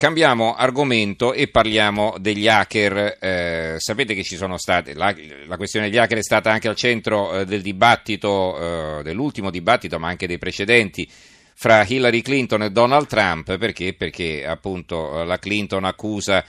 Cambiamo argomento e parliamo degli hacker. Sapete che ci sono state, la questione degli hacker è stata anche al centro del dibattito, dell'ultimo dibattito, ma anche dei precedenti, fra Hillary Clinton e Donald Trump. Perché appunto la Clinton accusa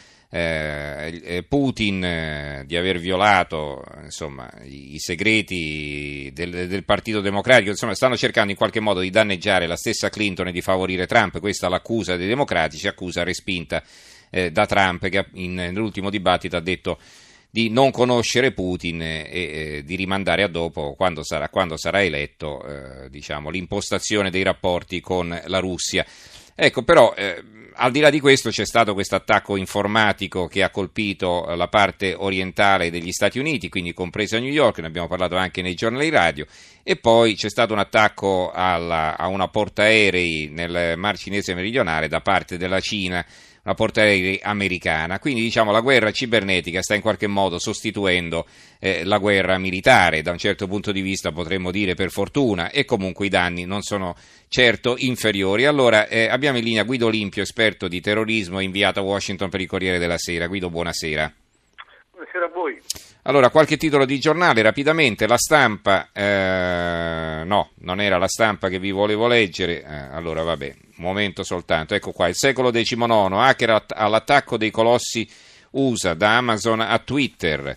Putin di aver violato, insomma, i segreti del Partito Democratico. Insomma, stanno cercando in qualche modo di danneggiare la stessa Clinton e di favorire Trump. Questa è l'accusa dei democratici, accusa respinta da Trump, che nell'ultimo dibattito ha detto di non conoscere Putin e di rimandare a dopo, quando sarà eletto, diciamo, l'impostazione dei rapporti con la Russia. Ecco, però al di là di questo c'è stato questo attacco informatico che ha colpito la parte orientale degli Stati Uniti, quindi compresa New York, ne abbiamo parlato anche nei giornali radio, e poi c'è stato un attacco a una portaerei nel Mar Cinese meridionale da parte della Cina, una portaerei americana. Quindi, diciamo, la guerra cibernetica sta in qualche modo sostituendo la guerra militare. Da un certo punto di vista potremmo dire per fortuna, e comunque i danni non sono certo inferiori. Allora abbiamo in linea Guido Olimpio, esperto di terrorismo, inviato a Washington per il Corriere della Sera. Guido, buonasera. Buonasera a voi. Allora, qualche titolo di giornale rapidamente. La Stampa, no, non era La Stampa che vi volevo leggere, allora vabbè, un momento soltanto. Ecco qua, il secolo XIX, hacker all'attacco dei colossi USA, da Amazon a Twitter.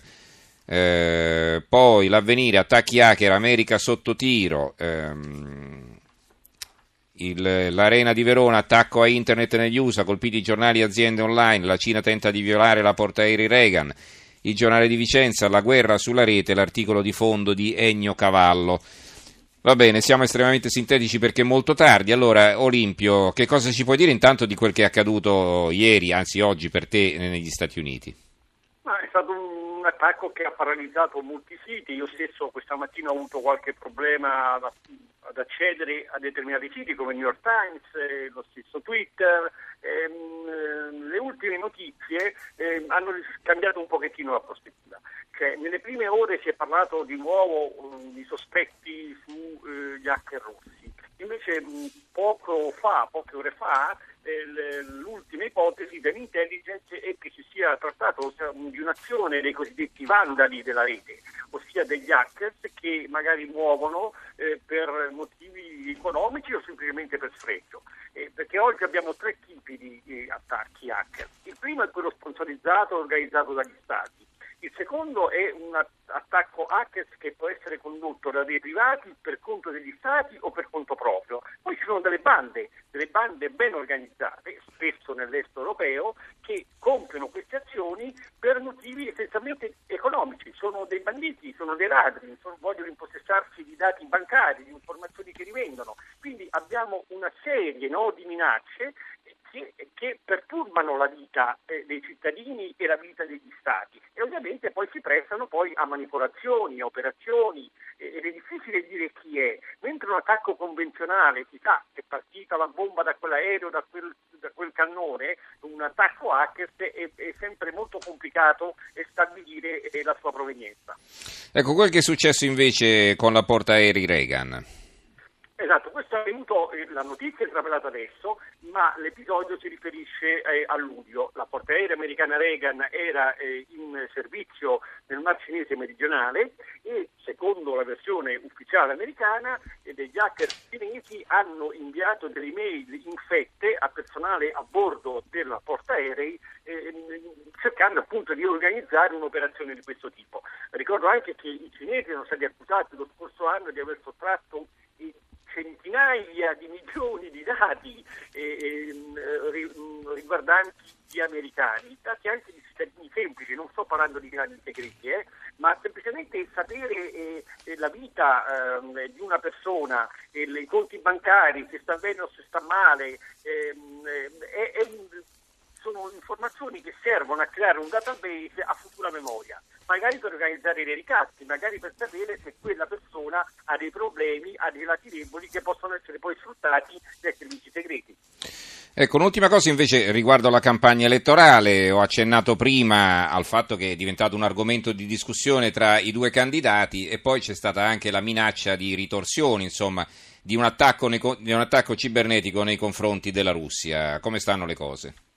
Poi l'Avvenire, attacchi hacker, America sotto tiro. L'Arena di Verona, attacco a internet negli USA, colpiti giornali e aziende online, la Cina tenta di violare la portaerei Reagan. Il Giornale di Vicenza, la guerra sulla rete, l'articolo di fondo di Ennio Cavallo. Va bene, siamo estremamente sintetici perché è molto tardi. Allora, Olimpio, che cosa ci puoi dire intanto di quel che è accaduto ieri, anzi oggi per te, negli Stati Uniti? È stato un attacco che ha paralizzato molti siti. Io stesso questa mattina ho avuto qualche problema ad accedere a determinati siti come New York Times, lo stesso Twitter. Le ultime notizie hanno cambiato un pochettino la prospettiva. Cioè, nelle prime ore si è parlato di nuovo di sospetti sugli hacker russi. Invece poche ore fa, l'ultima ipotesi dell'intelligence è che si sia trattato di un'azione dei cosiddetti vandali della rete, ossia degli hackers che magari muovono per motivi economici o semplicemente per sfregio. Perché oggi abbiamo tre tipi di attacchi hacker. Il primo è quello sponsorizzato e organizzato dagli Stati. Il secondo è un attacco hackers che può essere condotto da dei privati per conto degli stati o per conto proprio. Poi ci sono delle bande ben organizzate, spesso nell'est europeo, che compiono queste azioni per motivi essenzialmente economici. Sono dei banditi, sono dei ladri, vogliono impossessarsi di dati bancari, di informazioni che rivendono. Quindi abbiamo una serie di minacce che perturbano la vita dei cittadini e la vita degli stati, e ovviamente poi si prestano poi a manipolazioni, a operazioni, ed è difficile dire chi è. Mentre un attacco convenzionale si sa che è partita la bomba da quell'aereo, da quel cannone, un attacco hacker è sempre molto complicato stabilire la sua provenienza. Ecco, quel che è successo invece con la portaerei Reagan. Esatto, questo è avvenuto, la notizia è travelata adesso, ma l'episodio si riferisce a luglio. La portaerei americana Reagan era in servizio nel Mar Cinese meridionale e, secondo la versione ufficiale americana, degli hacker cinesi hanno inviato delle email infette a personale a bordo della portaerei cercando appunto di organizzare un'operazione di questo tipo. Ricordo anche che i cinesi sono stati accusati lo scorso anno di aver sottratto centinaia di milioni di dati riguardanti gli americani, dati anche di cittadini semplici, non sto parlando di grandi segreti, ma semplicemente sapere la vita di una persona, i conti bancari, se sta bene o se sta male, sono informazioni che servono a creare un database a futura memoria, magari per organizzare dei ricatti, magari per sapere se quella persona ha dei problemi, ha dei lati deboli che possono essere poi sfruttati dai servizi segreti. Ecco, un'ultima cosa invece riguardo la campagna elettorale. Ho accennato prima al fatto che è diventato un argomento di discussione tra i due candidati, e poi c'è stata anche la minaccia di ritorsioni, insomma, di un attacco cibernetico nei confronti della Russia. Come stanno le cose?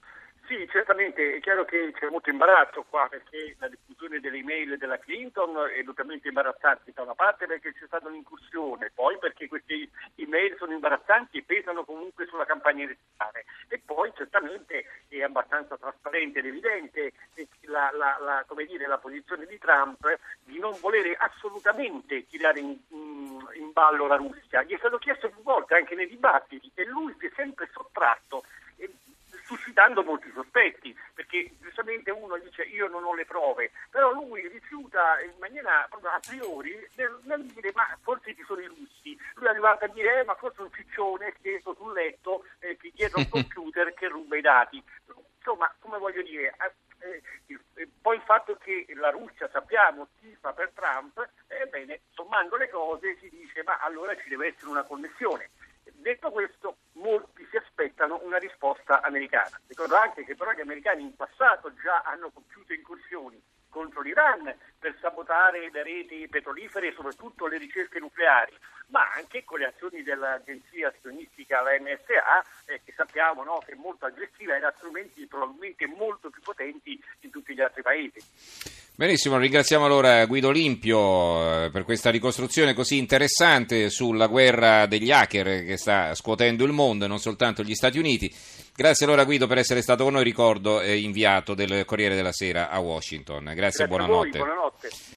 Sì, certamente è chiaro che c'è molto imbarazzo qua, perché la diffusione delle email della Clinton è notoriamente imbarazzante, da una parte perché c'è stata un'incursione, poi perché queste email sono imbarazzanti e pesano comunque sulla campagna elettorale, e poi certamente è abbastanza trasparente ed evidente la posizione di Trump di non volere assolutamente tirare in ballo la Russia. Gli è stato chiesto più volte anche nei dibattiti e lui si è sempre sottratto, suscitando molti sospetti, perché giustamente uno dice io non ho le prove, però lui rifiuta in maniera proprio a priori nel dire ma forse ci sono i russi. Lui è arrivato a dire ma forse un ciccione steso sul letto dietro un computer che ruba i dati. Insomma, come voglio dire, poi il fatto che la Russia, sappiamo, tifa per Trump, ebbene, sommando le cose si dice ma allora ci deve essere una connessione. Detto questo, molti si aspettano una risposta americana. Ricordo anche che però gli americani in passato già hanno compiuto incursioni contro l'Iran per sabotare le reti petrolifere e soprattutto le ricerche nucleari, ma anche con le azioni dell'agenzia sionistica, la NSA, che sappiamo, no, che è molto aggressiva e ha strumenti probabilmente molto più potenti di tutti gli altri paesi. Benissimo, ringraziamo allora Guido Limpio per questa ricostruzione così interessante sulla guerra degli hacker che sta scuotendo il mondo e non soltanto gli Stati Uniti. Grazie allora Guido per essere stato con noi, ricordo inviato del Corriere della Sera a Washington. Grazie e buonanotte. Buonanotte.